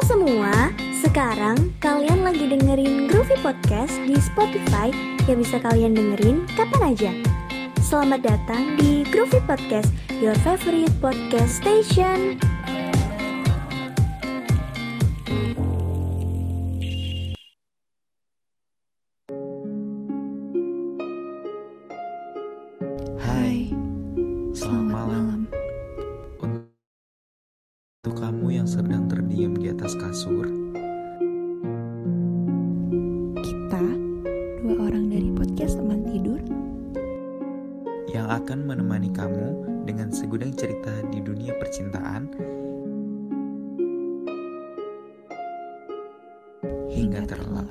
semua, sekarang kalian lagi dengerin Groovy Podcast di Spotify yang bisa kalian dengerin kapan aja. Selamat datang di Groovy Podcast, your favorite podcast station. Hai, selamat malam. Untuk kamu yang sedang terdiam di atas kasur, Kita, dua orang dari podcast teman tidur, yang akan menemani kamu dengan segudang cerita di dunia percintaan hingga terlelap.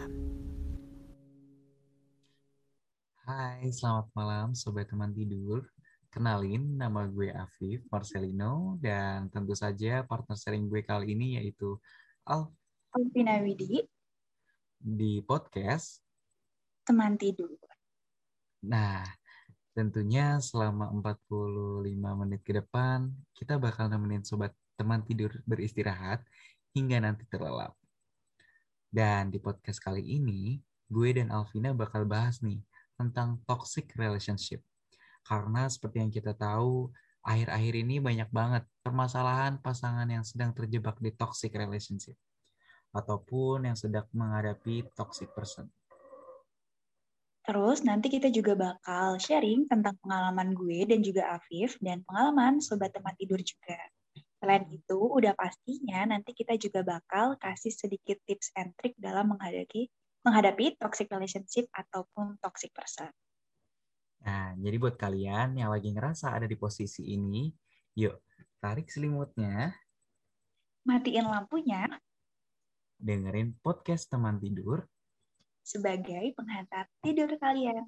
Hai, selamat malam Sobat Teman Tidur. Kenalin, nama gue Afif Marcelino, dan tentu saja partner sharing gue kali ini yaitu Alvina Widi, di podcast. teman tidur. Nah, tentunya selama 45 menit ke depan, kita bakal nemenin Sobat Teman Tidur beristirahat hingga nanti terlelap. Dan di podcast kali ini, gue dan Alvina bakal bahas nih tentang toxic relationship. Karena seperti yang kita tahu, akhir-akhir ini banyak banget permasalahan pasangan yang sedang terjebak di toxic relationship. Ataupun yang sedang menghadapi toxic person. Terus nanti kita juga bakal sharing tentang pengalaman gue dan juga Afif dan pengalaman sobat teman tidur juga. Selain itu, udah pastinya nanti kita juga bakal kasih sedikit tips and trick dalam menghadapi toxic relationship ataupun toxic person. Nah, jadi buat kalian yang lagi ngerasa ada di posisi ini, yuk tarik selimutnya, Matiin lampunya dengerin podcast teman tidur. sebagai penghantar tidur kalian.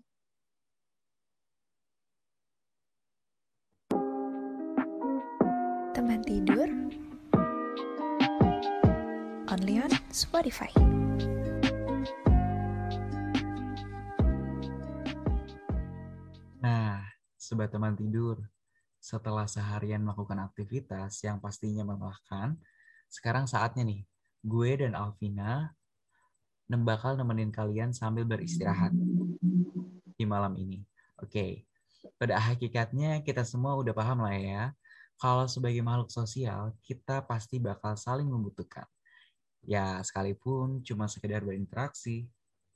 teman tidur, only on Spotify. Nah, Sobat Teman Tidur, setelah seharian melakukan aktivitas yang pastinya melelahkan, sekarang saatnya nih, gue dan Alvina bakal nemenin kalian sambil beristirahat di malam ini. Oke, pada hakikatnya kita semua udah paham lah ya, kalau sebagai makhluk sosial, kita pasti bakal saling membutuhkan. Ya, sekalipun cuma sekedar berinteraksi.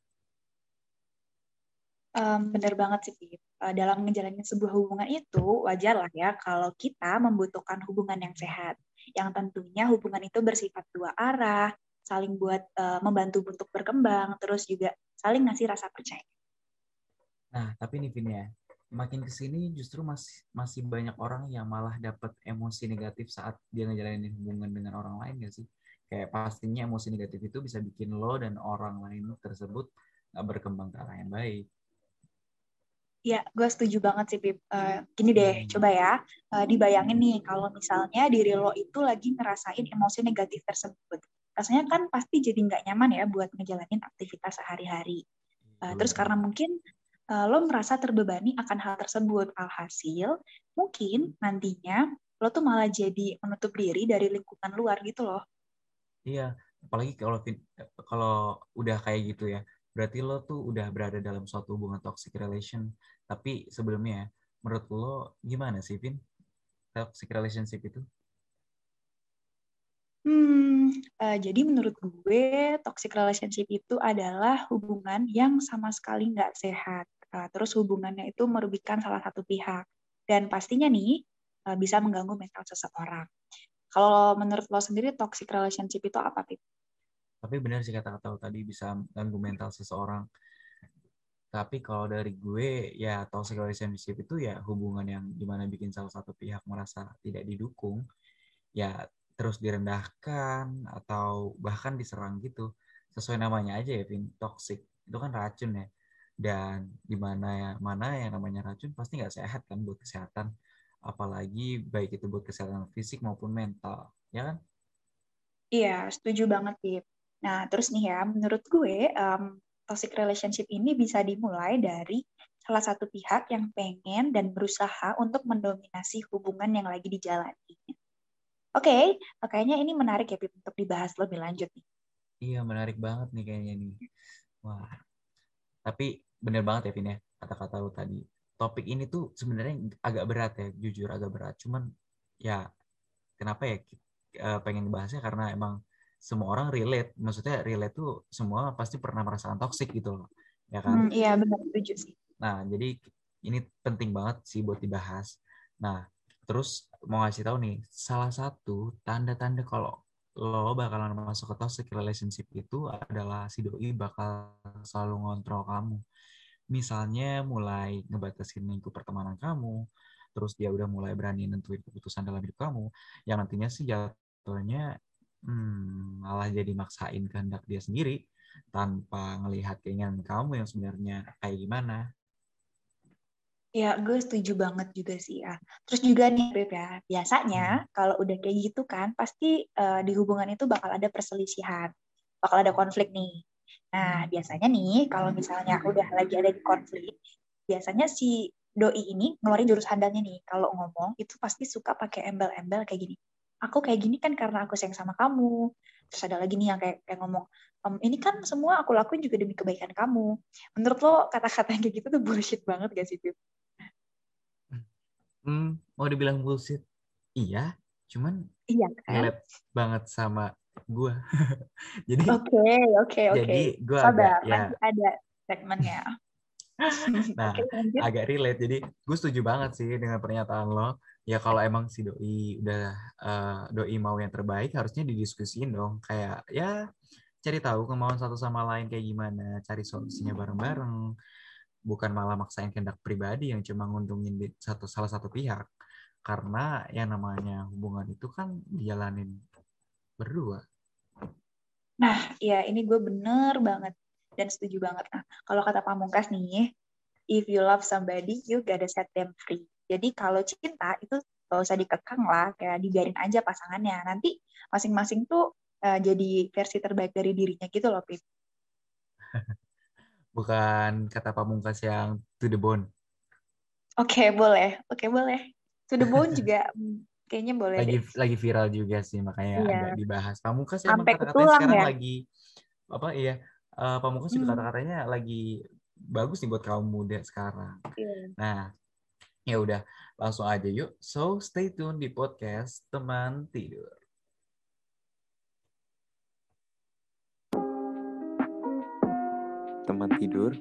Benar banget sih, Pip. Dalam menjalani sebuah hubungan itu, wajar lah ya kalau kita membutuhkan hubungan yang sehat. Yang tentunya hubungan itu bersifat dua arah, saling buat membantu untuk berkembang, terus juga saling ngasih rasa percaya. Nah, tapi nih Vin ya, makin kesini justru masih banyak orang yang malah dapat emosi negatif saat dia ngejalanin hubungan dengan orang lain gak sih? Kayak pastinya emosi negatif itu bisa bikin lo dan orang lain tersebut gak berkembang ke arah yang baik. Ya, gue setuju banget sih, Pip. Gini deh, coba ya, dibayangin nih kalau misalnya diri lo itu lagi ngerasain emosi negatif tersebut. Rasanya kan pasti jadi nggak nyaman ya buat ngejalanin aktivitas sehari-hari. Terus karena mungkin lo merasa terbebani akan hal tersebut. Alhasil, mungkin nantinya lo tuh malah jadi menutup diri dari lingkungan luar gitu loh. Iya, apalagi kalau udah kayak gitu ya, berarti lo tuh udah berada dalam suatu hubungan toxic relation. Tapi sebelumnya, menurut lo gimana sih, Vin? Toxic relationship itu? Jadi menurut gue, toxic relationship itu adalah hubungan yang sama sekali nggak sehat. Terus hubungannya itu merugikan salah satu pihak. Dan pastinya nih, bisa mengganggu mental seseorang. Kalau menurut lo sendiri, toxic relationship itu apa, Pip? Tapi benar sih kata-kata lo tadi bisa ganggu mental seseorang. Tapi kalau dari gue, ya toxic relationship itu ya hubungan yang dimana bikin salah satu pihak merasa tidak didukung, ya terus direndahkan atau bahkan diserang gitu. Sesuai namanya aja ya, Vin, toxic. Itu kan racun ya. Dan mana yang namanya racun pasti nggak sehat kan buat kesehatan. Apalagi baik itu buat kesehatan fisik maupun mental, ya kan? Iya, setuju banget, Pip. Nah, terus nih ya, menurut gue, toxic relationship ini bisa dimulai dari salah satu pihak yang pengen dan berusaha untuk mendominasi hubungan yang lagi dijalani. Oke, kayaknya ini menarik ya Pip untuk dibahas lebih lanjut nih. Iya, menarik banget nih kayaknya nih. Wah, tapi bener banget ya Vin ya, kata-kata lu tadi. Topik ini tuh sebenarnya agak berat ya, jujur agak berat. Cuman ya kenapa ya pengen dibahasnya karena emang semua orang relate. Maksudnya relate tuh semua pasti pernah merasakan toxic gitu loh. Ya kan? Iya benar, setuju sih. Nah, jadi ini penting banget sih buat dibahas. Nah, terus mau ngasih tahu nih, salah satu tanda-tanda kalau lo bakalan masuk ke toxic relationship itu adalah si doi bakal selalu ngontrol kamu. Misalnya mulai ngebatasin lingkup pertemanan kamu, terus dia udah mulai berani nentuin keputusan dalam hidup kamu, yang nantinya sih jatuhnya malah jadi maksain kehendak dia sendiri tanpa ngelihat keinginan kamu yang sebenarnya kayak gimana. Ya, gue setuju banget juga sih ya. Terus juga nih, Beb ya, biasanya Hmm. kalau udah kayak gitu kan, pasti di hubungan itu bakal ada perselisihan, bakal ada konflik nih. Nah, biasanya nih, kalau misalnya udah lagi ada di konflik, biasanya si doi ini ngeluarin jurus handalnya nih. Kalau ngomong, itu pasti suka pakai embel-embel kayak gini. Aku kayak gini kan karena aku sayang sama kamu. Terus ada lagi nih yang kayak ngomong, ini kan semua aku lakuin juga demi kebaikan kamu. Menurut lo, kata-kata yang kayak gitu tuh bullshit banget gak sih, Beb? Mau dibilang bullshit, iya, cuman Iya kan? relate banget sama gue. jadi Oke, oke, oke. jadi gue agak Sabar, nanti ya, ada segmennya. nah Oke, lanjut. agak relate. Jadi gue setuju banget sih dengan pernyataan lo. Ya kalau emang si doi udah doi mau yang terbaik, harusnya didiskusiin dong. Kayak ya cari tahu kemauan satu sama lain kayak gimana, cari solusinya bareng-bareng, bukan malah maksain kehendak pribadi yang cuma nguntungin salah satu pihak. Karena yang namanya hubungan itu kan dijalanin berdua. Nah, ya ini gue bener banget dan setuju banget. Nah, kalau kata Pamungkas nih, if you love somebody, you gotta set them free. Jadi kalau cinta itu gak usah dikekang lah, kayak dibiarin aja pasangannya. Nanti masing-masing tuh jadi versi terbaik dari dirinya gitu loh, Pip. Bukan kata pamungkas yang to the bone. Oke, boleh. Oke, boleh. To the bone juga kayaknya boleh lagi deh. lagi viral juga sih, makanya agak Iya, dibahas. Pamungkas emang sampai ke kata-katanya tulang sekarang ya. lagi apa iya, Pamungkas juga Hmm, kata-katanya lagi bagus nih buat kaum muda sekarang. iya. Nah, ya udah langsung aja yuk. So stay tune di podcast Teman Tidur. Teman tidur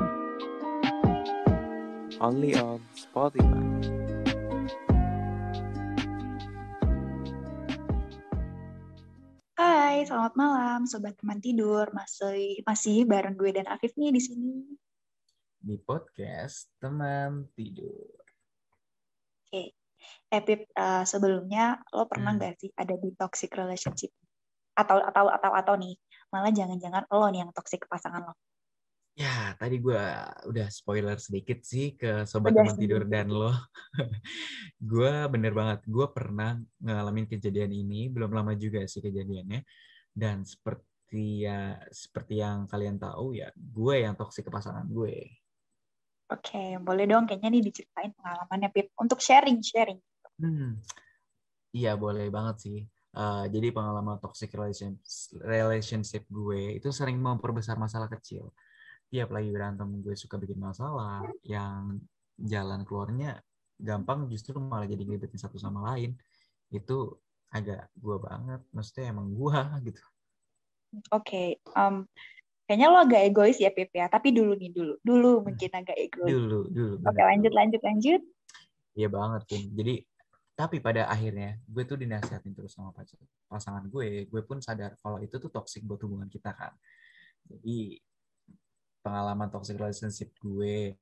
only on Spotify. Hai, selamat malam, sobat teman tidur. Masih masih bareng gue dan Afif nih di sini. Di podcast Teman Tidur. Oke, Pip, sebelumnya lo pernah Hmm. nggak sih ada di toxic relationship? Atau nih, malah jangan-jangan lo nih yang toxic ke pasangan lo. Ya, tadi gue udah spoiler sedikit sih ke Sobat Udah Teman sih. Tidur dan lo. Gue bener banget, gue pernah ngalamin kejadian ini, belum lama juga sih kejadiannya. Dan seperti yang kalian tahu ya, gue yang toksik ke pasangan gue. Oke, boleh dong kayaknya nih diceritain pengalamannya, Pip. Untuk sharing-sharing. Hmm, iya boleh banget sih. Jadi pengalaman toxic relationship gue itu sering memperbesar masalah kecil. Tiap lagi berantem gue suka bikin masalah yang jalan keluarnya gampang, justru malah jadi ngeribetin satu sama lain. Itu agak gue banget, maksudnya emang gue gitu. Oke, kayaknya lo agak egois ya, Pip ya. Tapi dulu nih, dulu mungkin agak egois. Dulu Oke, bener lanjut, dulu. lanjut, lanjut. Iya banget, Vin. Jadi, tapi pada akhirnya gue tuh dinasihatin terus sama pasangan gue pun sadar kalau itu tuh toxic buat hubungan kita kan. Jadi, pengalaman toxic relationship gue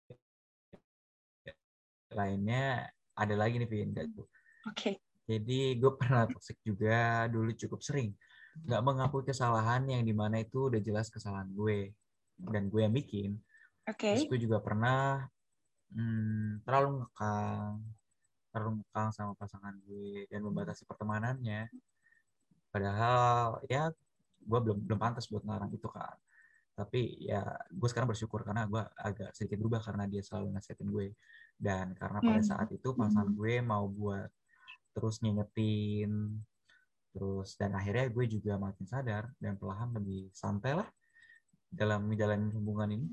lainnya ada lagi nih, Vin. Oke, Jadi, gue pernah toxic juga dulu cukup sering. Gak mengakui kesalahan yang dimana itu udah jelas kesalahan gue. Dan gue yang bikin. Terus oke. gue juga pernah terlalu ngekang sama pasangan gue dan membatasi pertemanannya. Padahal ya gue belum belum pantas buat ngarang itu kan. Tapi ya gue sekarang bersyukur karena gue agak sedikit berubah karena dia selalu nasihatin gue. Dan karena pada Hmm. saat itu pasangan gue mau buat terus ngingetin, terus dan akhirnya gue juga makin sadar dan perlahan lebih santai lah dalam menjalani hubungan ini.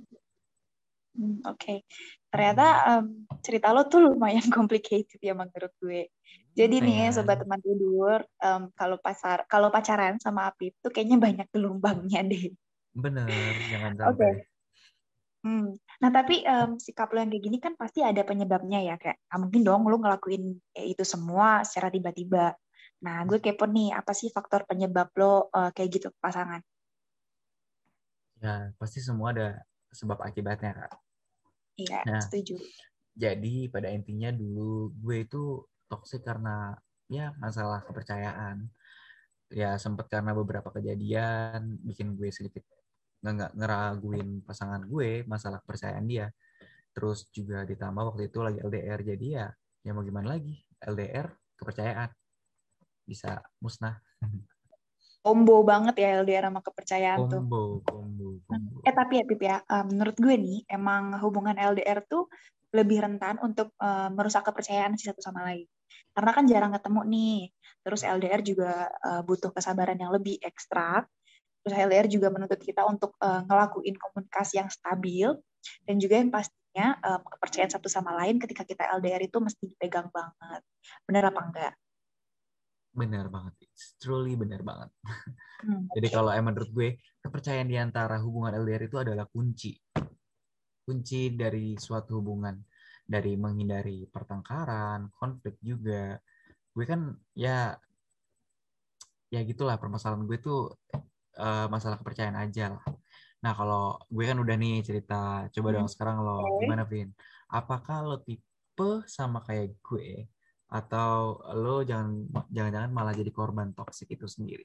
Oke. Ternyata cerita lo tuh lumayan complicated ya menurut gue. Jadi nih sobat teman tidur, kalau pacaran sama Apip tuh kayaknya banyak gelombangnya deh. Bener, jangan Oke. sampai. Nah tapi sikap lo yang kayak gini kan pasti ada penyebabnya ya, kayak mungkin dong lo ngelakuin itu semua secara tiba-tiba. Nah gue kepo nih, apa sih faktor penyebab lo kayak gitu ke pasangan? Ya, pasti semua ada sebab akibatnya, Kak. Iya, Nah, setuju. jadi pada intinya dulu gue itu toksik karena ya masalah kepercayaan. Ya sempet karena beberapa kejadian bikin gue sedikit nggak ngeraguin pasangan gue, masalah kepercayaan dia. Terus juga ditambah waktu itu lagi LDR, jadi ya mau gimana lagi, LDR kepercayaan bisa musnah. Combo banget ya LDR sama kepercayaan tuh. Combo. Tapi ya Pip ya, menurut gue nih emang hubungan LDR tuh lebih rentan untuk merusak kepercayaan si satu sama lain. Karena kan jarang ketemu nih. Terus LDR juga butuh kesabaran yang lebih ekstra. Terus LDR juga menuntut kita untuk ngelakuin komunikasi yang stabil, dan juga yang pastinya kepercayaan satu sama lain ketika kita LDR itu mesti dipegang banget. Bener apa enggak? Benar banget, it's truly benar banget. Jadi Okay. kalau emang menurut gue kepercayaan di antara hubungan LDR itu adalah kunci dari suatu hubungan, dari menghindari pertengkaran, konflik juga. Gue kan ya gitulah, permasalahan gue tuh masalah kepercayaan aja lah. Nah kalau gue kan udah nih cerita, coba dong sekarang lo gimana, Vin? Apakah lo tipe sama kayak gue atau lo jangan-jangan malah jadi korban toksik itu sendiri?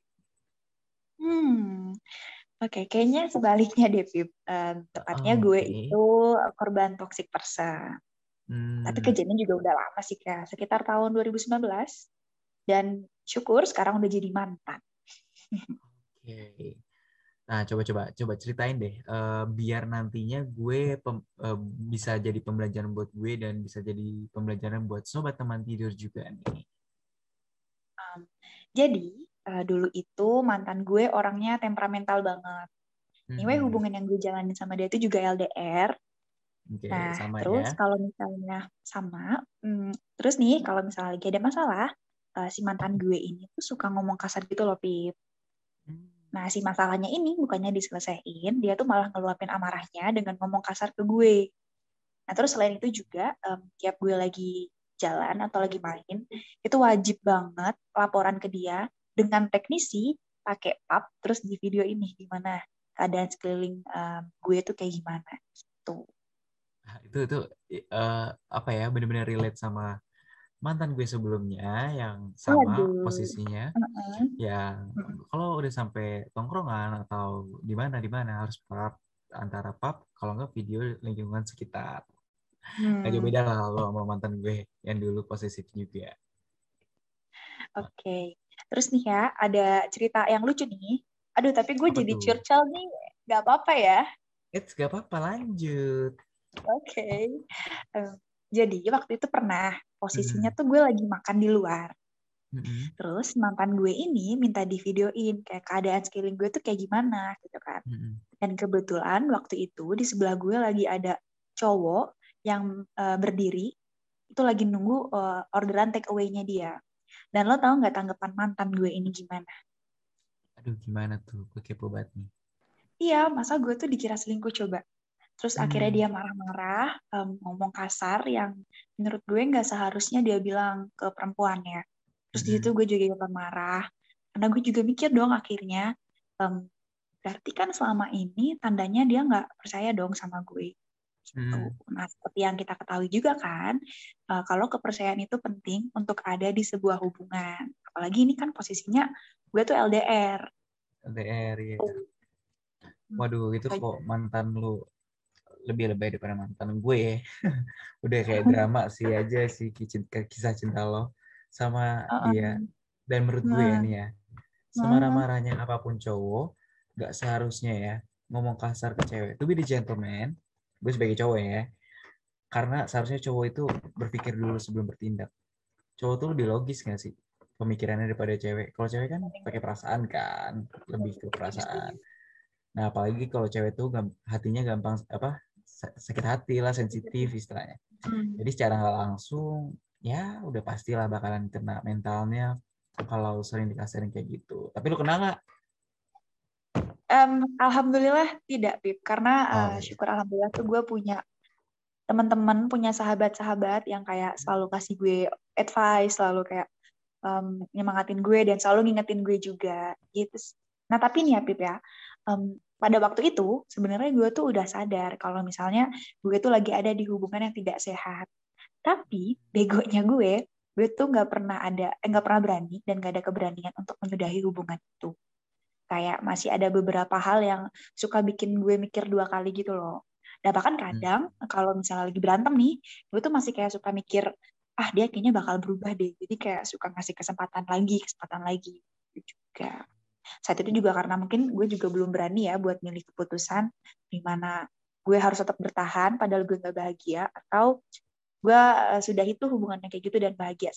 Oke, kayaknya sebaliknya deh, Pip. Tepatnya gue Oke. itu korban toxic person. Tapi Hmm, kejadiannya juga udah lama sih, Kak. Sekitar tahun 2019. Dan syukur sekarang udah jadi mantan. oke. Nah, coba ceritain deh, biar nantinya gue bisa jadi pembelajaran buat gue dan bisa jadi pembelajaran buat sobat teman tidur juga nih. Jadi, dulu itu mantan gue orangnya temperamental banget. Anyway, Hmm, hubungan yang gue jalanin sama dia itu juga LDR. oke, Nah, sama terus ya. kalau misalnya sama, terus nih kalau misalnya lagi ada masalah, si mantan gue ini tuh suka ngomong kasar gitu loh, Pip. Hmm, Nah, si masalahnya ini bukannya diselesaiin, dia tuh malah ngeluapin amarahnya dengan ngomong kasar ke gue. Nah, terus selain itu juga, tiap gue lagi jalan atau lagi main, itu wajib banget laporan ke dia dengan teknisi, pakai pap, terus di video ini gimana keadaan sekeliling gue tuh kayak gimana. Tuh. itu apa ya, benar-benar relate sama mantan gue sebelumnya yang sama Waduh. posisinya, Heeh. yang kalau udah sampai tongkrongan atau di mana harus antara pub kalau nggak video lingkungan sekitar. Gak jauh Hmm, beda lah lo sama mantan gue yang dulu posesif juga. oke. Terus nih ya, ada cerita yang lucu nih. Aduh, tapi gue Apa jadi tuh? curcol nih. Gak apa-apa ya. Gak apa-apa, lanjut. Oke. Eh, jadi waktu itu pernah posisinya Mm-mm. tuh gue lagi makan di luar. Mm-mm. Terus mantan gue ini minta di videoin kayak keadaan sekeliling gue tuh kayak gimana gitu kan. Mm-mm. Dan kebetulan waktu itu di sebelah gue lagi ada cowok yang berdiri itu lagi nunggu orderan take away-nya dia. Dan lo tau nggak tanggapan mantan gue ini gimana? Aduh, gimana tuh? Gue kepo banget nih. Iya, masa gue tuh dikira selingkuh coba. Terus akhirnya Hmm. dia marah-marah, ngomong kasar yang menurut gue nggak seharusnya dia bilang ke perempuan ya. Terus di situ Mm-mm. gue juga ikutan marah. Karena gue juga mikir dong akhirnya, em, berarti kan selama ini tandanya dia nggak percaya dong sama gue. Gitu. Mm-mm. Nah, seperti yang kita ketahui juga kan, kalau kepercayaan itu penting untuk ada di sebuah hubungan. Apalagi ini kan posisinya gue tuh LDR. LDR ya. Hmm, Waduh, itu kayak kok mantan lu lebih lebih daripada mantan gue ya. Udah kayak drama sih aja sih kisah cinta lo sama dia. gitu. Dan menurut gue ya Nah, nih ya, nah, semarah-marahnya apapun cowok, gak seharusnya ya ngomong kasar ke cewek. To be the gentleman, gue sebagai cowok ya, karena seharusnya cowok itu berpikir dulu sebelum bertindak. cowok tuh lebih logis nggak sih pemikirannya daripada cewek. Kalau cewek kan pakai perasaan kan, lebih ke perasaan. Nah, apalagi kalau cewek tuh hatinya gampang apa sakit hati lah, sensitif istilahnya. Hmm. Jadi secara nggak langsung ya udah pastilah bakalan kena mentalnya kalau sering dikasarin kayak gitu. Tapi lu kena nggak? Alhamdulillah tidak, Pip. Karena Oh iya. syukur alhamdulillah tuh gue punya teman-teman, punya sahabat-sahabat yang kayak selalu kasih gue advice, selalu kayak nyemangatin gue dan selalu ngingetin gue juga gitu. Nah tapi nih ya Pip ya, pada waktu itu sebenarnya gue tuh udah sadar kalau misalnya gue tuh lagi ada di hubungan yang tidak sehat. Tapi begonya gue tuh nggak pernah berani dan nggak ada keberanian untuk menyudahi hubungan itu. Kayak masih ada beberapa hal yang suka bikin gue mikir dua kali gitu loh. Dan bahkan Hmm. kadang kalau misalnya lagi berantem nih, gue tuh masih kayak suka mikir, ah dia kayaknya bakal berubah deh. Jadi kayak suka ngasih kesempatan lagi gitu juga. Saat itu juga karena mungkin gue juga belum berani ya buat milih keputusan di mana gue harus tetap bertahan padahal gue gak bahagia, atau gue sudah itu hubungannya kayak gitu dan bahagia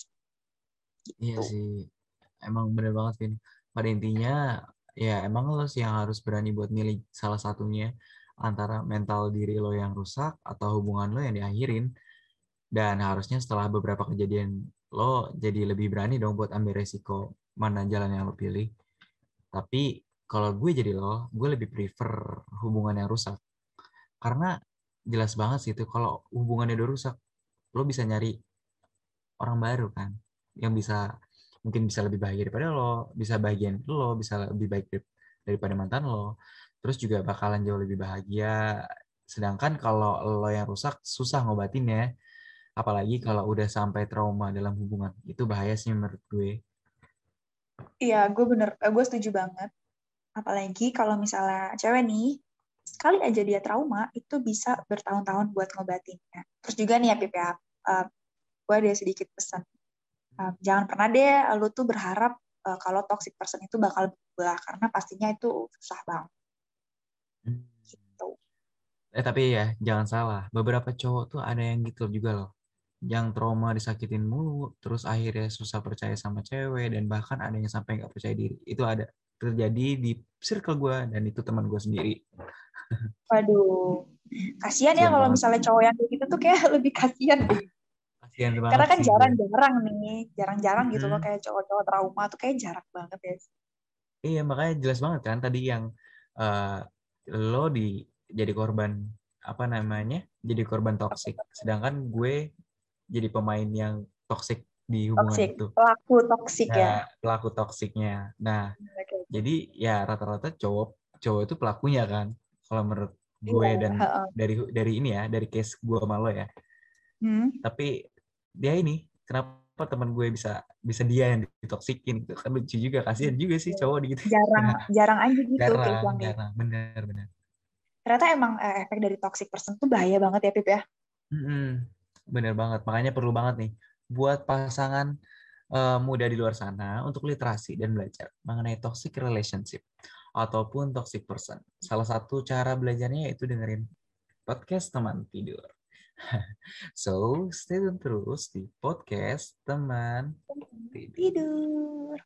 Iya gitu. sih, emang bener banget Vin. Pada intinya ya emang lo sih yang harus berani buat milih salah satunya antara mental diri lo yang rusak atau hubungan lo yang diakhirin. Dan harusnya setelah beberapa kejadian lo jadi lebih berani dong buat ambil resiko mana jalan yang lo pilih. Tapi kalau gue jadi lo, gue lebih prefer hubungan yang rusak. Karena jelas banget sih itu kalau hubungannya udah rusak, lo bisa nyari orang baru kan yang bisa mungkin bisa lebih bahagia daripada lo, bisa bahagian lo, bisa lebih baik daripada mantan lo, terus juga bakalan jauh lebih bahagia. Sedangkan kalau lo yang rusak susah ngobatinnya, apalagi kalau udah sampai trauma dalam hubungan, itu bahaya sih menurut gue. Iya, gue setuju banget. Apalagi kalau misalnya cewek nih, sekali aja dia trauma, itu bisa bertahun-tahun buat ngobatinnya. Terus juga nih ya, Pip ya, gue ada sedikit pesan. Jangan pernah deh lu tuh berharap kalau toxic person itu bakal berubah, karena pastinya itu susah banget. Gitu. Tapi ya jangan salah, beberapa cowok tuh ada yang gitu juga loh, yang trauma disakitin mulu terus akhirnya susah percaya sama cewek dan bahkan ada yang sampai nggak percaya diri. Itu ada terjadi di circle gue dan itu teman gue sendiri. Waduh, kasihan ya Kasian kalau banget, misalnya cowok yang kayak gitu tuh kayak lebih kasihan deh. kasian Karena banget kan sih gue. jarang-jarang nih, jarang-jarang gitu loh Mm-mm. kayak cowok-cowok trauma tuh kayak jarang banget ya. Iya makanya jelas banget kan tadi yang eh, lo jadi korban apa namanya, jadi korban toksik sedangkan gue jadi pemain yang toksik di hubungan Toxic, itu. pelaku toxic Ya, ya. pelaku toksiknya. Nah, Oke, oke. jadi ya rata-rata cowok cowok itu pelakunya kan. Kalau menurut Iya, gue dan heeh. dari ini ya, dari case gue sama lo ya. Hmm. Tapi dia ini kenapa teman gue bisa bisa dia yang ditoksikin itu kan lucu juga, kasihan juga sih cowok gitu. Jarang, Ya, jarang aja gitu kayak jarang, yang kayak. jarang, benar, benar. Ternyata emang efek dari toxic person tuh bahaya banget ya Pip ya. Mm-mm, bener banget. Makanya perlu banget nih buat pasangan muda di luar sana untuk literasi dan belajar mengenai toxic relationship ataupun toxic person. Salah satu cara belajarnya yaitu dengerin podcast teman tidur. So, stay tune terus di podcast teman tidur. Tidur.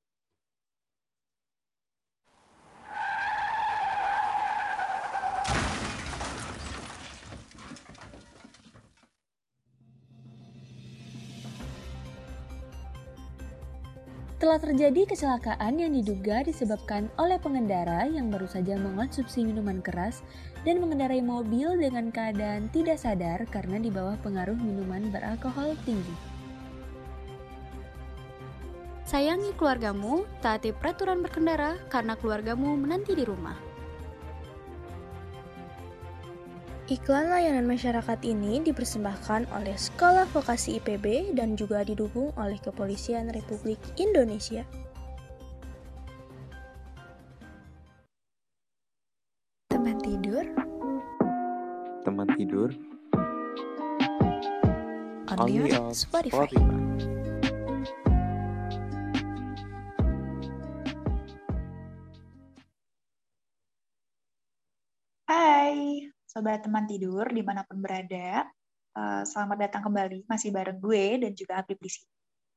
Telah terjadi kecelakaan yang diduga disebabkan oleh pengendara yang baru saja mengonsumsi minuman keras dan mengendarai mobil dengan keadaan tidak sadar karena di bawah pengaruh minuman beralkohol tinggi. Sayangi keluargamu, taati peraturan berkendara karena keluargamu menanti di rumah. Iklan layanan masyarakat ini dipersembahkan oleh Sekolah Vokasi IPB dan juga didukung oleh Kepolisian Republik Indonesia. Teman tidur, Teman tidur only only on on Spotify. Spotify. Hai, sobat teman tidur dimanapun berada. Selamat datang kembali, masih bareng gue dan juga Apip di sini.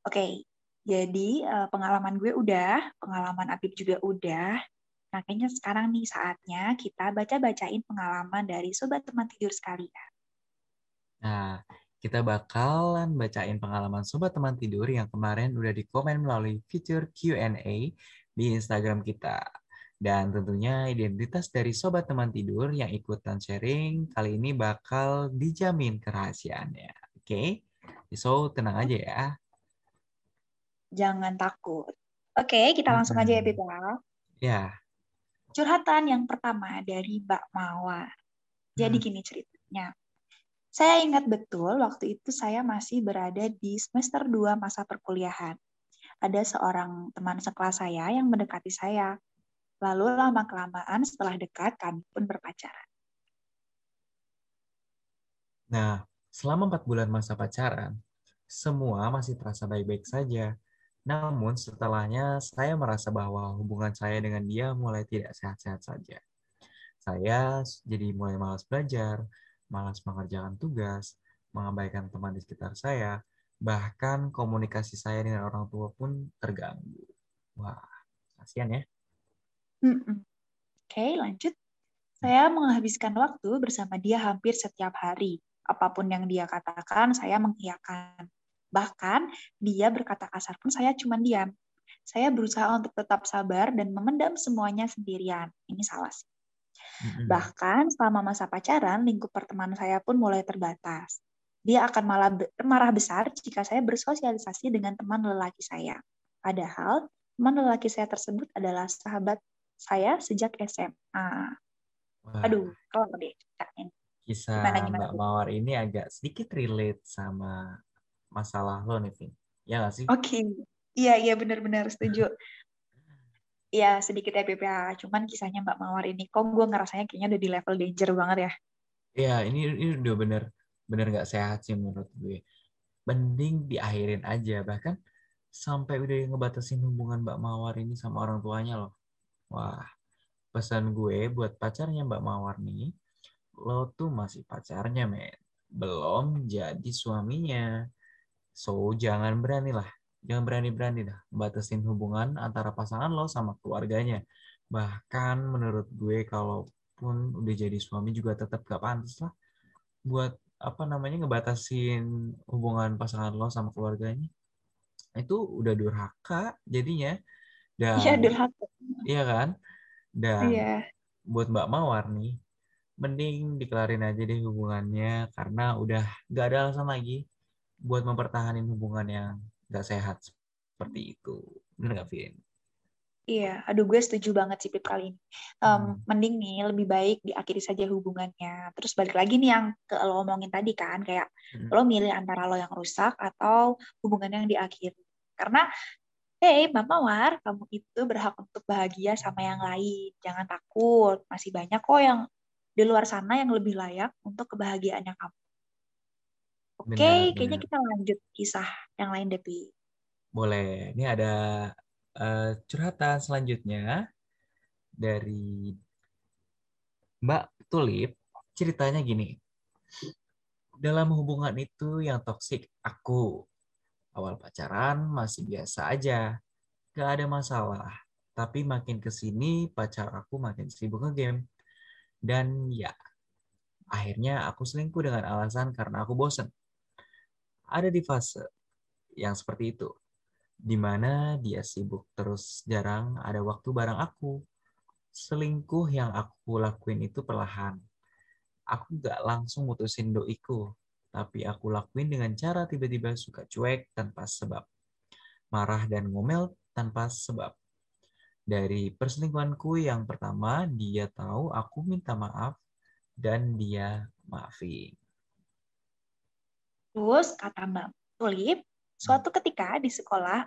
Oke, jadi pengalaman gue udah, pengalaman Apip juga udah. Nah, kayaknya sekarang nih saatnya kita baca-bacain pengalaman dari sobat teman tidur sekalian. Nah, kita bakalan bacain pengalaman sobat teman tidur yang kemarin udah dikomen melalui fitur Q&A di Instagram kita. Dan tentunya identitas dari sobat teman tidur yang ikutan sharing kali ini bakal dijamin kerahasiaannya. Oke? So, tenang aja ya. Jangan takut. Oke, kita langsung aja ya, Beb. Ya. Curhatan yang pertama dari Mbak Mawar. Jadi Hmm. gini ceritanya. Saya ingat betul waktu itu saya masih berada di semester 2 masa perkuliahan. Ada seorang teman sekelas saya yang mendekati saya. Lalu lama-kelamaan setelah dekat kami pun berpacaran. Nah, selama 4 bulan masa pacaran, semua masih terasa baik-baik saja. Namun setelahnya saya merasa bahwa hubungan saya dengan dia mulai tidak sehat-sehat saja. Saya jadi mulai malas belajar, malas mengerjakan tugas, mengabaikan teman di sekitar saya, bahkan komunikasi saya dengan orang tua pun terganggu. Wah, kasihan ya. Oke, lanjut. Saya menghabiskan waktu bersama dia hampir setiap hari. Apapun yang dia katakan, saya mengiyakan. Bahkan, dia berkata kasar pun saya cuma diam. Saya berusaha untuk tetap sabar dan memendam semuanya sendirian. Ini salah sih. Bahkan selama masa pacaran, lingkup pertemanan saya pun mulai terbatas. Dia akan malah marah besar jika saya bersosialisasi dengan teman lelaki saya. Padahal, teman lelaki saya tersebut adalah sahabat saya sejak SMA. Wah, Aduh, kelar deh. kisah Gimana Mbak tuh? Mawar ini agak sedikit relate sama masalah lo nih, Vin. Ya nggak sih? Oke. Iya, benar-benar setuju. Iya, sedikit ya, BPA. Cuman kisahnya Mbak Mawar ini, kok gue ngerasanya kayaknya udah di level danger banget ya. Ya, ini udah bener nggak sehat sih menurut gue. Mending diakhirin aja. Bahkan sampai udah ngebatasin hubungan Mbak Mawar ini sama orang tuanya loh. Wah, pesan gue buat pacarnya Mbak Mawar nih, lo tuh masih pacarnya, men. Belum jadi suaminya. So, jangan berani-berani dah batasin hubungan antara pasangan lo sama keluarganya. Bahkan menurut gue kalaupun udah jadi suami juga tetap gak pantas lah buat apa namanya ngebatasin hubungan pasangan lo sama keluarganya. Itu udah durhaka jadinya. Iya, Dan durhaka. iya kan? Dan Iya. buat Mbak Mawar nih, mending dikelarin aja deh hubungannya karena udah gak ada alasan lagi buat mempertahankan hubungan yang gak sehat seperti itu. Bener gak, Vin? Iya, aduh gue setuju banget sih Pip kali ini. Mending nih lebih baik diakhiri saja hubungannya. Terus balik lagi nih yang ke lo omongin tadi kan, kayak lo milih antara lo yang rusak atau hubungan yang diakhiri. Karena, hey Mbak Mawar, kamu itu berhak untuk bahagia sama yang lain. Jangan takut, masih banyak kok yang di luar sana yang lebih layak untuk kebahagiaannya kamu. Oke, kayaknya Benar-benar. kita lanjut kisah yang lain deh, Pi. Boleh. Ini ada curhatan selanjutnya dari Mbak Tulip. Ceritanya gini. Dalam hubungan itu yang toksik aku. Awal pacaran masih biasa aja. Gak ada masalah. Tapi makin kesini pacar aku makin sibuk ngegame. Dan ya, akhirnya aku selingkuh dengan alasan karena aku bosen. Ada di fase yang seperti itu. Di mana dia sibuk terus jarang ada waktu bareng aku. Selingkuh yang aku lakuin itu perlahan. Aku gak langsung mutusin doiku, tapi aku lakuin dengan cara tiba-tiba suka cuek tanpa sebab. Marah dan ngomel tanpa sebab. Dari perselingkuhanku yang pertama, dia tahu aku minta maaf dan dia maafin. Terus kata Mbak Tulip, suatu ketika di sekolah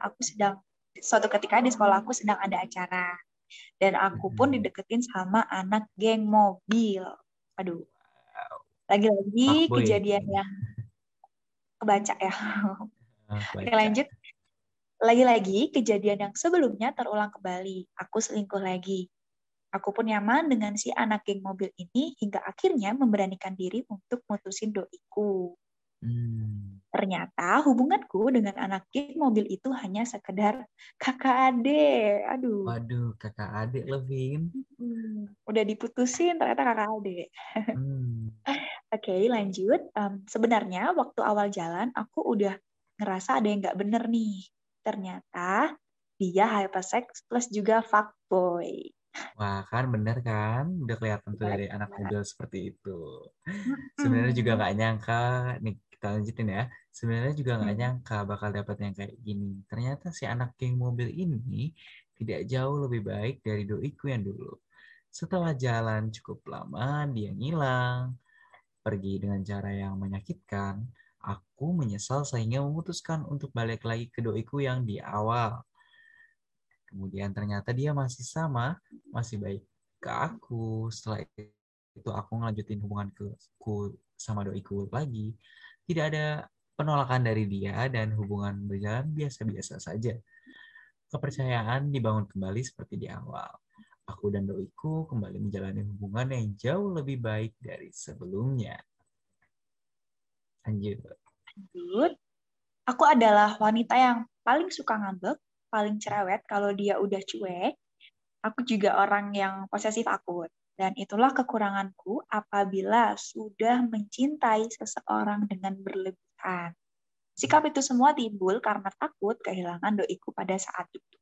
aku sedang ada acara dan aku pun dideketin sama anak geng mobil. Aduh, lagi-lagi Fuckboy. kejadian yang kebaca ya. Oke, Baca. lanjut. Lagi-lagi kejadian yang sebelumnya terulang kembali. Aku selingkuh lagi. Aku pun nyaman dengan si anak geng mobil ini hingga akhirnya memberanikan diri untuk mutusin doiku. Ternyata hubunganku dengan anak geng mobil itu hanya sekedar kakak adik. Aduh, Waduh, kakak adik loh, Vin. udah diputusin ternyata kakak adik. Hmm. Oke, lanjut. Sebenarnya waktu awal jalan aku udah ngerasa ada yang nggak bener nih. Ternyata dia hypersex plus juga fuckboy. Wah, kan bener kan? Udah kelihatan tuh dari anak mobil seperti itu. Sebenarnya juga Mm-mm. nggak nyangka, nih kita lanjutin ya. Sebenarnya juga nggak Hmm. nyangka bakal dapet yang kayak gini. Ternyata si anak geng mobil ini tidak jauh lebih baik dari doiku yang dulu. Setelah jalan cukup lama, dia ngilang. Pergi dengan cara yang menyakitkan. Aku menyesal sehingga memutuskan untuk balik lagi ke doiku yang di awal. Kemudian ternyata dia masih sama, masih baik ke aku. Setelah itu aku ngelanjutin hubunganku sama doiku lagi. Tidak ada penolakan dari dia dan hubungan berjalan biasa-biasa saja. Kepercayaan dibangun kembali seperti di awal. Aku dan doiku kembali menjalani hubungan yang jauh lebih baik dari sebelumnya. Lanjut. Lanjut. Aku adalah wanita yang paling suka ngambek, paling cerewet kalau dia udah cuek. Aku juga orang yang posesif akut. Dan itulah kekuranganku apabila sudah mencintai seseorang dengan berlebihan. Sikap itu semua timbul karena takut kehilangan doiku pada saat itu.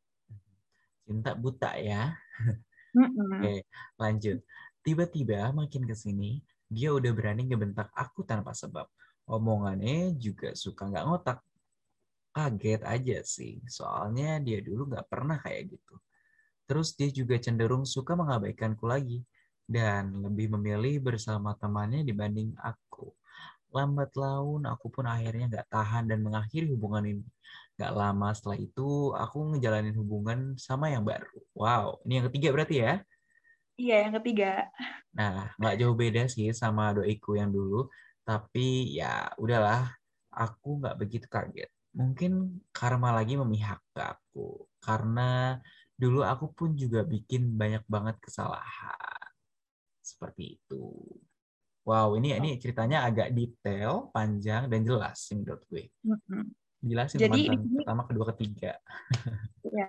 Cinta buta ya. Mm-mm. Oke, lanjut. Tiba-tiba makin ke sini, dia udah berani ngebentak aku tanpa sebab. Omongannya juga suka nggak ngotak. Kaget aja sih, soalnya dia dulu nggak pernah kayak gitu. Terus dia juga cenderung suka mengabaikanku lagi, dan lebih memilih bersama temannya dibanding aku. Lambat laun, aku pun akhirnya nggak tahan dan mengakhiri hubungan ini. Nggak lama setelah itu, aku ngejalanin hubungan sama yang baru. Wow, ini yang ketiga berarti ya? Iya, yang ketiga. Nah, nggak jauh beda sih sama doiku yang dulu, tapi ya udahlah, aku nggak begitu kaget. Mungkin karma lagi memihak ke aku, karena dulu aku pun juga bikin banyak banget kesalahan seperti itu. Wow, ini ceritanya agak detail, panjang, dan jelas sih menurut gue. Mm-mm. Jelasin Jadi di mantan sini pertama, kedua, ketiga. ya,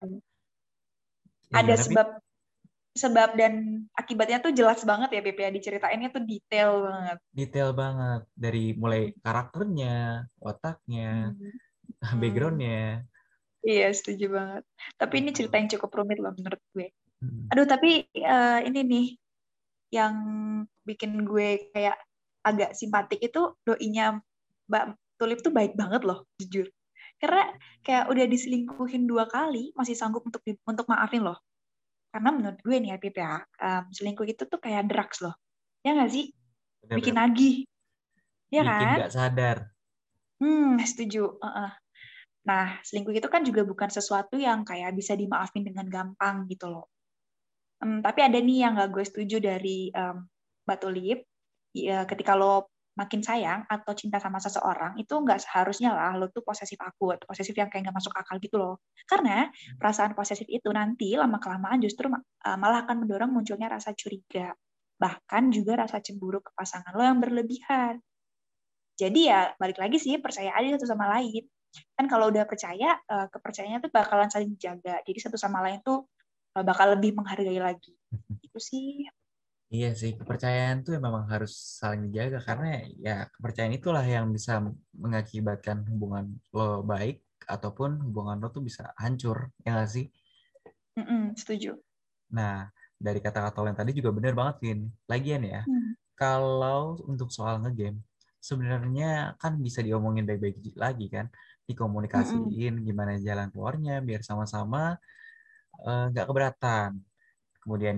Ya ada gimana, Vin? sebab dan akibatnya tuh jelas banget ya, Beb, ya. Diceritainnya tuh detail banget. Detail banget. Dari mulai karakternya, otaknya, Hmm. Hmm. backgroundnya. Iya, setuju banget. Tapi ini cerita yang cukup rumit loh menurut gue. Hmm. Aduh, tapi ini nih yang bikin gue kayak agak simpatik itu doinya Mbak Tulip tuh baik banget loh, jujur. Karena kayak udah diselingkuhin 2 kali, masih sanggup untuk maafin loh. Karena menurut gue nih ya, Pip ya, selingkuh itu tuh kayak drugs loh. Ya nggak sih? Bikin Benar-benar nagih, ya bikin kan? nggak sadar. Setuju. Nah, selingkuh itu kan juga bukan sesuatu yang kayak bisa dimaafin dengan gampang gitu loh. Tapi ada nih yang nggak gue setuju dari Mbak Tulip. Ya, ketika lo makin sayang atau cinta sama seseorang, itu nggak seharusnya lah lo tuh posesif akut, posesif yang kayak nggak masuk akal gitu loh. Karena perasaan posesif itu nanti lama-kelamaan justru malah akan mendorong munculnya rasa curiga. Bahkan juga rasa cemburu ke pasangan lo yang berlebihan. Jadi ya balik lagi sih, percaya aja satu sama lain. Kan kalau udah percaya, kepercayaannya tuh bakalan saling jaga. Jadi satu sama lain tuh bakal lebih menghargai lagi. Itu sih. Iya sih, kepercayaan tuh memang harus saling dijaga karena ya kepercayaan itulah yang bisa mengakibatkan hubungan lo baik ataupun hubungan lo tuh bisa hancur, ya nggak sih? Setuju. Nah, dari kata-kata lo yang tadi juga benar banget, Vin. Lagian ya, Hmm. kalau untuk soal ngegame, sebenarnya kan bisa diomongin baik-baik lagi kan, Mm-mm. dikomunikasiin gimana jalan keluarnya biar sama-sama nggak keberatan. Kemudian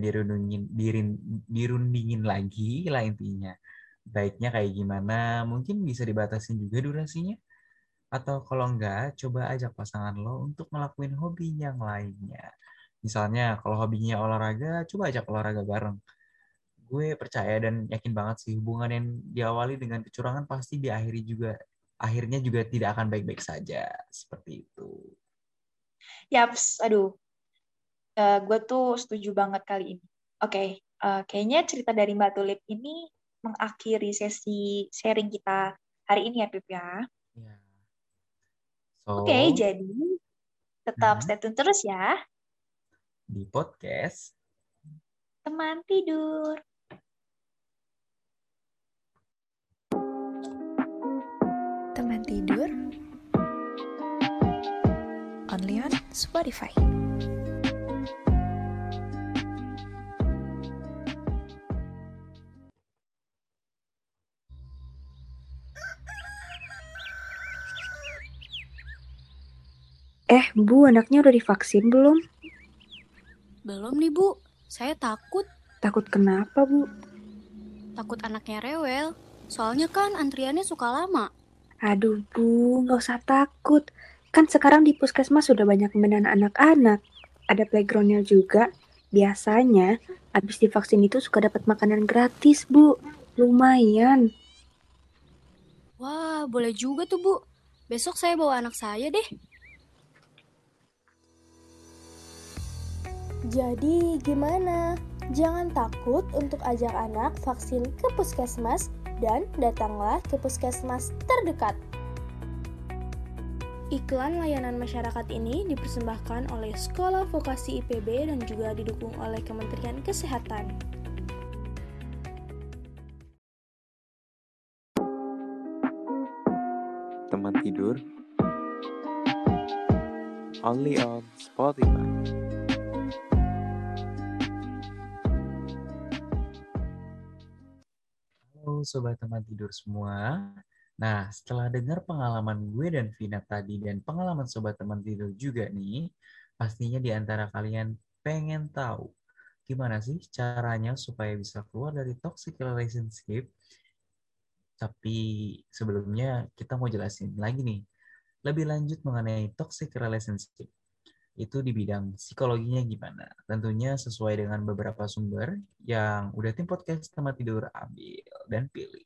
dirundingin lagi lah intinya. Baiknya kayak gimana, mungkin bisa dibatasin juga durasinya. Atau kalau enggak, coba ajak pasangan lo untuk ngelakuin hobi yang lainnya. Misalnya kalau hobinya olahraga, coba ajak olahraga bareng. Gue percaya dan yakin banget sih hubungan yang diawali dengan kecurangan pasti akhirnya juga tidak akan baik-baik saja. Seperti itu. Yaps, aduh, gue tuh setuju banget kali ini. Oke, kayaknya cerita dari Mbak Tulip ini mengakhiri sesi sharing kita hari ini ya, Pip ya. Ya. Oke, jadi tetap stay tune terus ya. Di podcast Teman Tidur. Teman tidur only on Spotify. Bu, anaknya udah divaksin belum? Belum nih, Bu. Saya takut. Takut kenapa, Bu? Takut anaknya rewel. Soalnya kan antriannya suka lama. Aduh, Bu, nggak usah takut. Kan sekarang di puskesmas sudah banyak mainan anak-anak. Ada playgroundnya juga. Biasanya, habis divaksin itu suka dapat makanan gratis, Bu. Lumayan. Wah, boleh juga tuh, Bu. Besok saya bawa anak saya deh. Jadi gimana? Jangan takut untuk ajak anak vaksin ke puskesmas dan datanglah ke puskesmas terdekat. Iklan layanan masyarakat ini dipersembahkan oleh Sekolah Vokasi IPB dan juga didukung oleh Kementerian Kesehatan. Teman tidur only on Spotify. Halo Sobat Teman Tidur semua. Nah, setelah dengar pengalaman gue dan Vina tadi dan pengalaman Sobat Teman Tidur juga nih, pastinya di antara kalian pengen tahu gimana sih caranya supaya bisa keluar dari toxic relationship. Tapi sebelumnya kita mau jelasin lagi nih, lebih lanjut mengenai toxic relationship. Itu di bidang psikologinya gimana. Tentunya sesuai dengan beberapa sumber yang udah tim podcast Teman Tidur ambil dan pilih.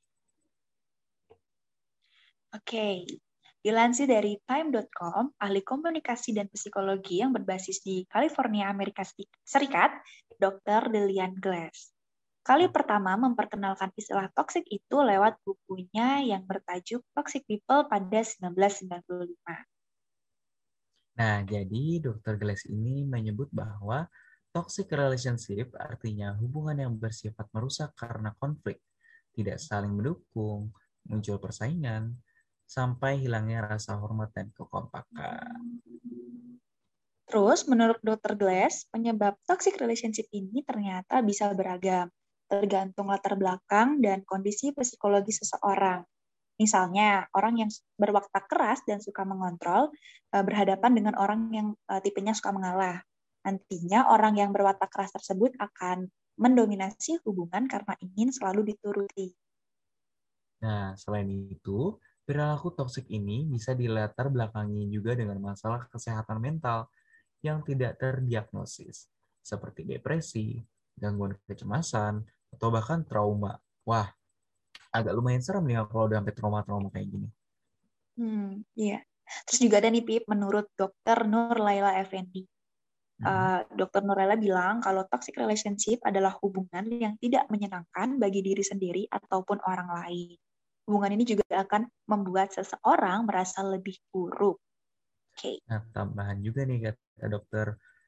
Oke, dilansir dari time.com, ahli komunikasi dan psikologi yang berbasis di California, Amerika Serikat, Dr. Delian Glass. Kali pertama memperkenalkan istilah toxic itu lewat bukunya yang bertajuk Toxic People pada 1995. Nah, jadi Dr. Glass ini menyebut bahwa toxic relationship artinya hubungan yang bersifat merusak karena konflik, tidak saling mendukung, muncul persaingan, sampai hilangnya rasa hormat dan kekompakan. Terus, menurut Dr. Glass, penyebab toxic relationship ini ternyata bisa beragam, tergantung latar belakang dan kondisi psikologi seseorang. Misalnya, orang yang berwatak keras dan suka mengontrol berhadapan dengan orang yang tipenya suka mengalah. Nantinya orang yang berwatak keras tersebut akan mendominasi hubungan karena ingin selalu dituruti. Nah, selain itu, perilaku toksik ini bisa dilatar belakangi juga dengan masalah kesehatan mental yang tidak terdiagnosis, seperti depresi, gangguan kecemasan, atau bahkan trauma. Wah, agak lumayan serem nih kalau udah sampai trauma-trauma kayak gini. Iya. Terus juga ada nih, Pip, menurut Dr. Nur Laila Effendi. Dr. Nur Laila bilang kalau toxic relationship adalah hubungan yang tidak menyenangkan bagi diri sendiri ataupun orang lain. Hubungan ini juga akan membuat seseorang merasa lebih buruk. Oke. Nah, tambahan juga nih kata dokter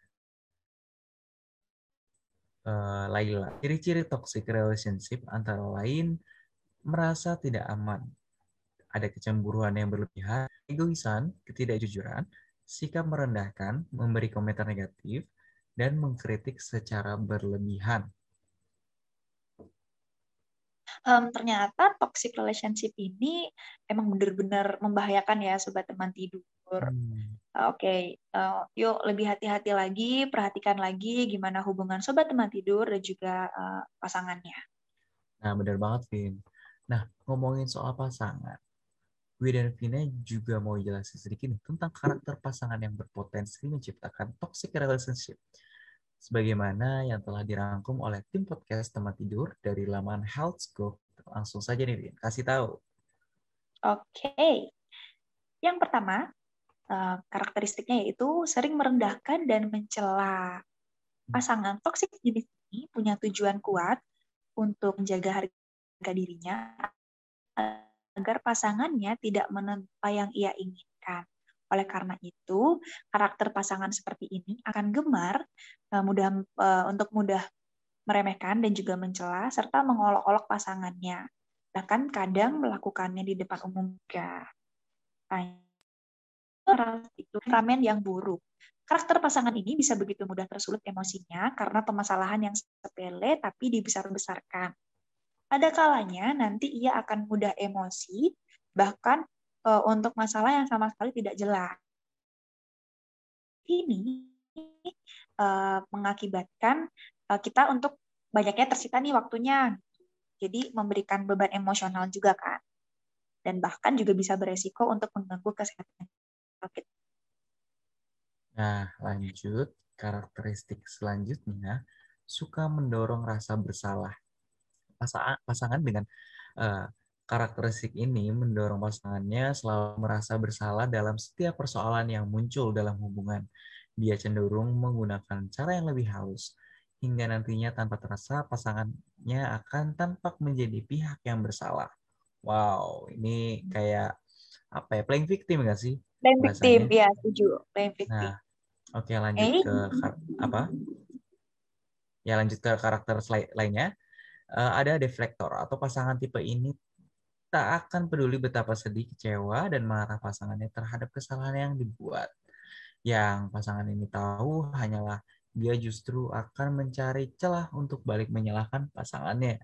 Laila. Ciri-ciri toxic relationship antara lain merasa tidak aman, ada kecemburuan yang berlebihan, egoisan, ketidakjujuran, sikap merendahkan, memberi komentar negatif, dan mengkritik secara berlebihan. Ternyata toxic relationship ini emang benar-benar membahayakan ya, Sobat Teman Tidur. Oke, yuk lebih hati-hati lagi, perhatikan lagi gimana hubungan Sobat Teman Tidur dan juga pasangannya. Nah, benar banget, Vin. Nah, ngomongin soal pasangan, gue dan Vina juga mau jelasin sedikit nih tentang karakter pasangan yang berpotensi menciptakan toxic relationship. Sebagaimana yang telah dirangkum oleh tim podcast Teman Tidur dari laman Healthscope. Langsung saja nih, Vin, kasih tahu. Oke, yang pertama, karakteristiknya yaitu sering merendahkan dan mencela. Pasangan toksik jenis ini punya tujuan kuat untuk menjaga harga dirinya agar pasangannya tidak menemui apa yang ia inginkan. Oleh karena itu, karakter pasangan seperti ini akan gemar untuk mudah meremehkan dan juga mencela serta mengolok-olok pasangannya. Bahkan kadang melakukannya di depan umum juga. Itu ramen yang buruk. Karakter pasangan ini bisa begitu mudah tersulut emosinya karena permasalahan yang sepele tapi dibesar-besarkan. Ada kalanya nanti ia akan mudah emosi, bahkan untuk masalah yang sama sekali tidak jelas. Ini mengakibatkan kita untuk banyaknya tersita nih waktunya. Jadi memberikan beban emosional juga kan. Dan bahkan juga bisa beresiko untuk mengganggu kesehatan kita. Nah, lanjut. Karakteristik selanjutnya, suka mendorong rasa bersalah. Pasangan dengan karakteristik ini mendorong pasangannya selalu merasa bersalah dalam setiap persoalan yang muncul dalam hubungan. Dia cenderung menggunakan cara yang lebih halus, hingga nantinya tanpa terasa pasangannya akan tampak menjadi pihak yang bersalah. Wow, ini kayak apa ya? Playing victim nggak sih? Playing victim, bahasanya? ya setuju. Playing victim. Nah, oke, lanjut ke apa? Ya, lanjut ke karakter lainnya. Ada deflektor atau pasangan tipe ini tak akan peduli betapa sedih, kecewa, dan marah pasangannya terhadap kesalahan yang dibuat. Yang pasangan ini tahu hanyalah dia justru akan mencari celah untuk balik menyalahkan pasangannya.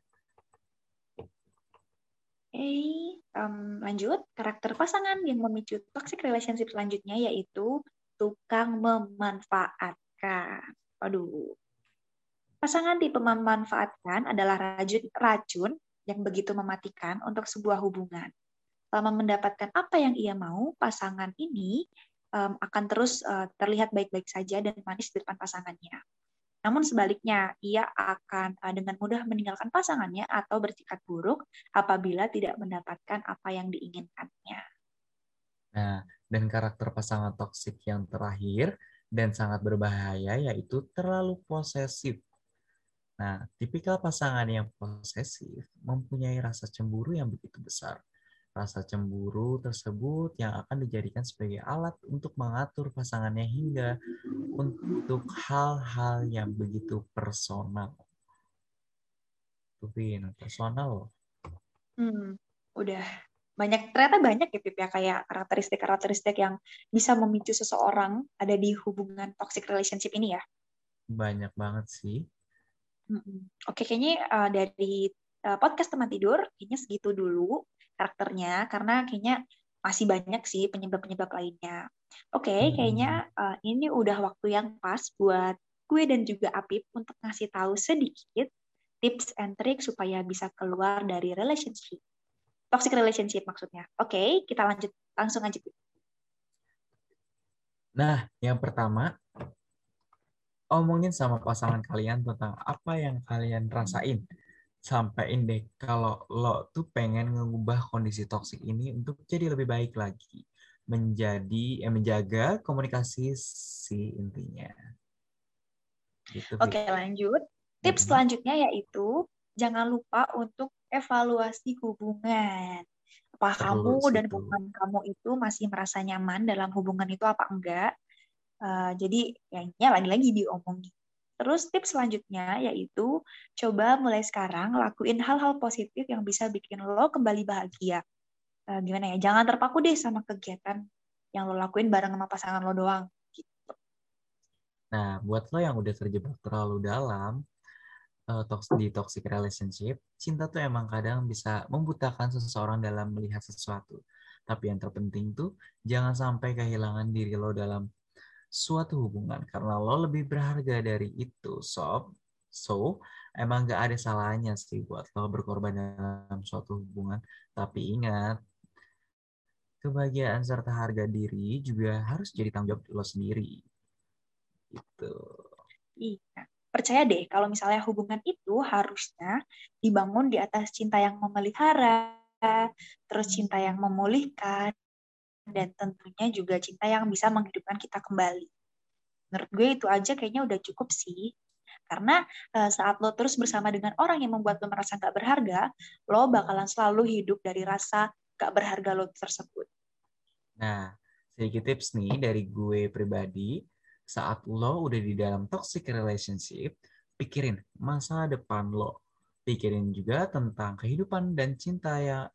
Lanjut, karakter pasangan yang memicu toxic relationship selanjutnya yaitu tukang memanfaatkan. Aduh. Pasangan tipe memanfaatkan adalah racun yang begitu mematikan untuk sebuah hubungan. Selama mendapatkan apa yang ia mau, pasangan ini akan terus terlihat baik-baik saja dan manis di depan pasangannya. Namun sebaliknya, ia akan dengan mudah meninggalkan pasangannya atau bersikap buruk apabila tidak mendapatkan apa yang diinginkannya. Nah, dan karakter pasangan toksik yang terakhir dan sangat berbahaya yaitu terlalu posesif. Nah, tipikal pasangan yang posesif mempunyai rasa cemburu yang begitu besar. Rasa cemburu tersebut yang akan dijadikan sebagai alat untuk mengatur pasangannya hingga untuk hal-hal yang begitu personal. Tuvin, personal loh. Udah ternyata banyak ya Pip ya, kayak karakteristik-karakteristik yang bisa memicu seseorang ada di hubungan toxic relationship ini ya. Banyak banget sih. Oke, kayaknya dari podcast teman tidur kayaknya segitu dulu karakternya, karena kayaknya masih banyak sih penyebab-penyebab lainnya. Oke, kayaknya ini udah waktu yang pas buat gue dan juga Apip untuk ngasih tahu sedikit tips and trick supaya bisa keluar dari relationship. Toxic relationship maksudnya. Oke, kita langsung aja. Nah, yang pertama, omongin sama pasangan kalian tentang apa yang kalian rasain. Sampaiin deh kalau lo tuh pengen mengubah kondisi toksik ini untuk jadi lebih baik lagi. Menjaga komunikasi si intinya. Gitu, Oke, lanjut. Tips selanjutnya yaitu jangan lupa untuk evaluasi hubungan. Apa kamu dan hubungan kamu itu masih merasa nyaman dalam hubungan itu apa enggak? Jadi ya lagi-lagi diomongin. Terus tips selanjutnya yaitu coba mulai sekarang lakuin hal-hal positif yang bisa bikin lo kembali bahagia. Gimana ya? Jangan terpaku deh sama kegiatan yang lo lakuin bareng sama pasangan lo doang. Gitu. Nah, buat lo yang udah terjebak terlalu dalam di toxic relationship, cinta tuh emang kadang bisa membutakan seseorang dalam melihat sesuatu. Tapi yang terpenting tuh jangan sampai kehilangan diri lo dalam suatu hubungan karena lo lebih berharga dari itu, sob. So, emang gak ada salahnya sih buat lo berkorban dalam suatu hubungan. Tapi ingat, kebahagiaan serta harga diri juga harus jadi tanggung jawab lo sendiri. Gitu. Iya. Percaya deh kalau misalnya hubungan itu harusnya dibangun di atas cinta yang memelihara, terus cinta yang memulihkan, dan tentunya juga cinta yang bisa menghidupkan kita kembali. Menurut gue itu aja kayaknya udah cukup sih. Karena saat lo terus bersama dengan orang yang membuat lo merasa gak berharga, lo bakalan selalu hidup dari rasa gak berharga lo tersebut. Nah, sedikit tips nih dari gue pribadi, saat lo udah di dalam toxic relationship, pikirin masa depan lo. Pikirin juga tentang kehidupan dan cinta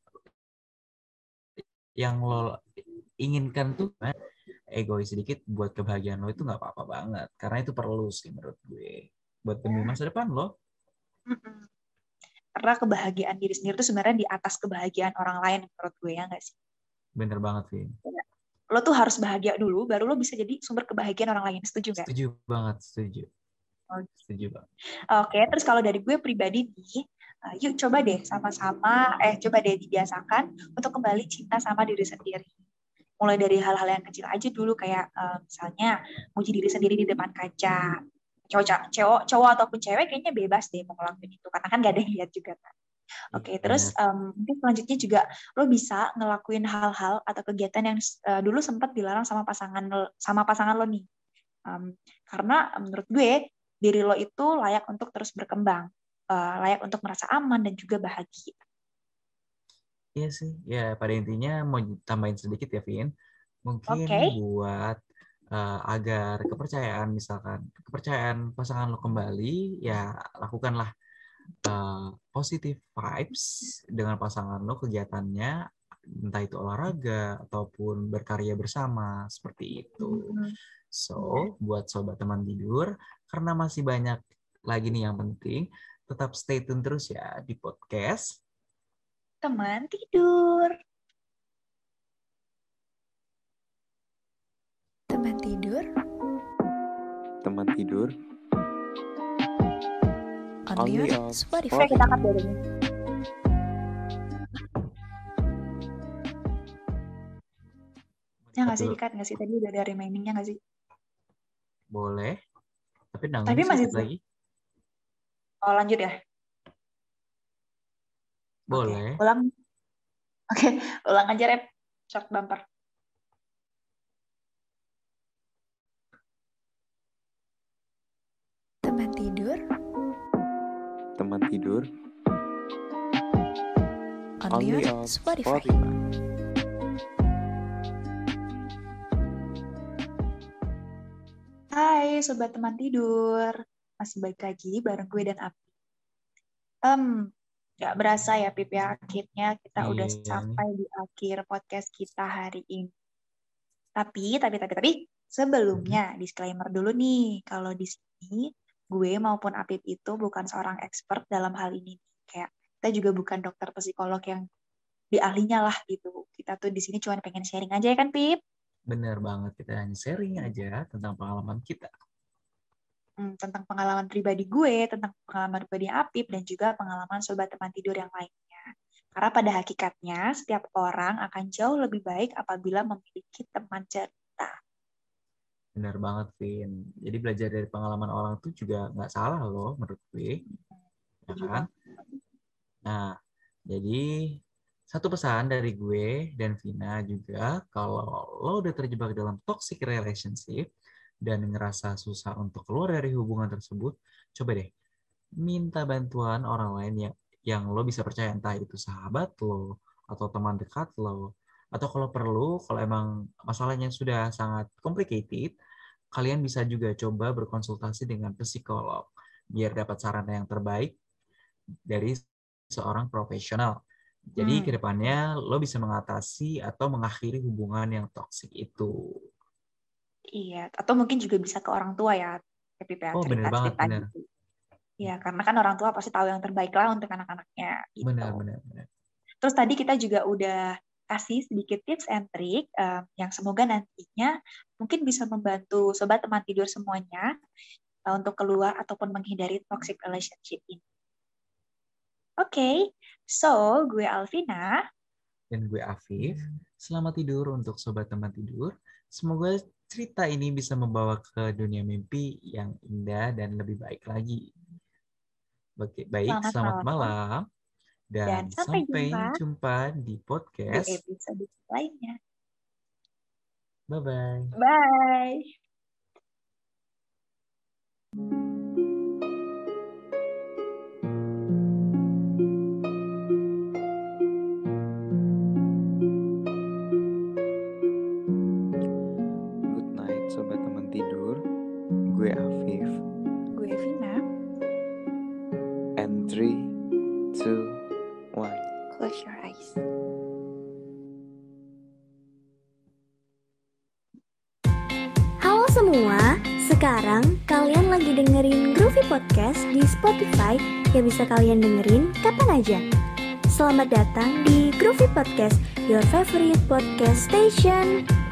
yang lo inginkan tuh. Egois sedikit buat kebahagiaan lo itu nggak apa-apa banget. Karena itu perlu sih menurut gue. Buat demi masa depan lo. Mm-mm. Karena kebahagiaan diri sendiri itu sebenarnya di atas kebahagiaan orang lain menurut gue, ya nggak sih? Bener banget, Vin. Lo tuh harus bahagia dulu, baru lo bisa jadi sumber kebahagiaan orang lain. Setuju nggak? Setuju banget, setuju. Oke. Setuju banget. Oke, terus kalau dari gue pribadi nih, yuk coba deh sama-sama, coba deh dibiasakan untuk kembali cinta sama diri sendiri. Mulai dari hal-hal yang kecil aja dulu, kayak misalnya muji diri sendiri di depan kaca. Cowok ataupun cewek kayaknya bebas deh mau ngelakuin itu, karena kan gak ada yang lihat juga kan. Oke, terus mungkin selanjutnya juga lo bisa ngelakuin hal-hal atau kegiatan yang dulu sempat dilarang sama pasangan lo nih. Karena menurut gue diri lo itu layak untuk terus berkembang, layak untuk merasa aman dan juga bahagia. Iya sih, ya pada intinya mau tambahin sedikit ya, Vin. Mungkin Oke. buat agar kepercayaan pasangan lo kembali, ya lakukanlah positive vibes dengan pasangan lo, kegiatannya entah itu olahraga ataupun berkarya bersama seperti itu. So, buat sobat teman tidur, karena masih banyak lagi nih yang penting, tetap stay tune terus ya di podcast Teman tidur. Teman tidur Teman tidur only only on on Spotify. Oke, kita cut dulu nih. Ya nggak sih, dikat nggak sih? Tadi udah ada remaining-nya nggak sih? boleh, tapi Tapi nanggung masih sedikit lagi. Oh, lanjut ya? Boleh. Oke, ulang. Oke, ulang aja rep. Short bumper. Teman tidur teman tidur only only on on Spotify. Spotify. Hai Sobat Teman Tidur. Masih balik lagi bareng gue dan Api. Gak berasa ya Pip ya, akhirnya kita udah Iya sampai di akhir podcast kita hari ini. Tapi sebelumnya disclaimer dulu nih, kalau di sini gue maupun Apip itu bukan seorang expert dalam hal ini. Kayak kita juga bukan dokter psikolog yang di ahlinya lah gitu. Kita tuh di sini cuma pengen sharing aja ya kan Pip? bener banget, kita hanya sharing aja tentang pengalaman kita. Tentang pengalaman pribadi gue, tentang pengalaman pribadi Apip, dan juga pengalaman sobat teman tidur yang lainnya. Karena pada hakikatnya, setiap orang akan jauh lebih baik apabila memiliki teman cerita. Bener banget, Vin. Jadi belajar dari pengalaman orang tuh juga nggak salah loh menurut gue. Ya kan? Nah, jadi satu pesan dari gue dan Vina juga, kalau lo udah terjebak dalam toxic relationship dan ngerasa susah untuk keluar dari hubungan tersebut, coba deh minta bantuan orang lain yang lo bisa percaya, entah itu sahabat lo atau teman dekat lo, atau kalau perlu, kalau emang masalahnya sudah sangat complicated, kalian bisa juga coba berkonsultasi dengan psikolog biar dapat saran yang terbaik dari seorang profesional. Jadi kedepannya lo bisa mengatasi atau mengakhiri hubungan yang toksik itu. Iya, atau mungkin juga bisa ke orang tua ya, Pip ya, Oh bener banget, cerita-cerita bener. gitu. Ya, karena kan orang tua pasti tahu yang terbaik lah untuk anak-anaknya gitu. Bener. Terus tadi kita juga udah kasih sedikit tips and trick yang semoga nantinya mungkin bisa membantu sobat teman tidur semuanya untuk keluar ataupun menghindari toxic relationship ini. Oke, so gue Alvina. Dan gue Afif. Selamat tidur untuk sobat teman tidur. Semoga cerita ini bisa membawa ke dunia mimpi yang indah dan lebih baik lagi. Baik, selamat malam. Dan sampai jumpa di podcast di episode lainnya. Bye-bye. Bye. 3, 2, 1. Close your eyes. Halo semua, sekarang kalian lagi dengerin Groovy Podcast di Spotify yang bisa kalian dengerin kapan aja. Selamat datang di Groovy Podcast, your favorite podcast station.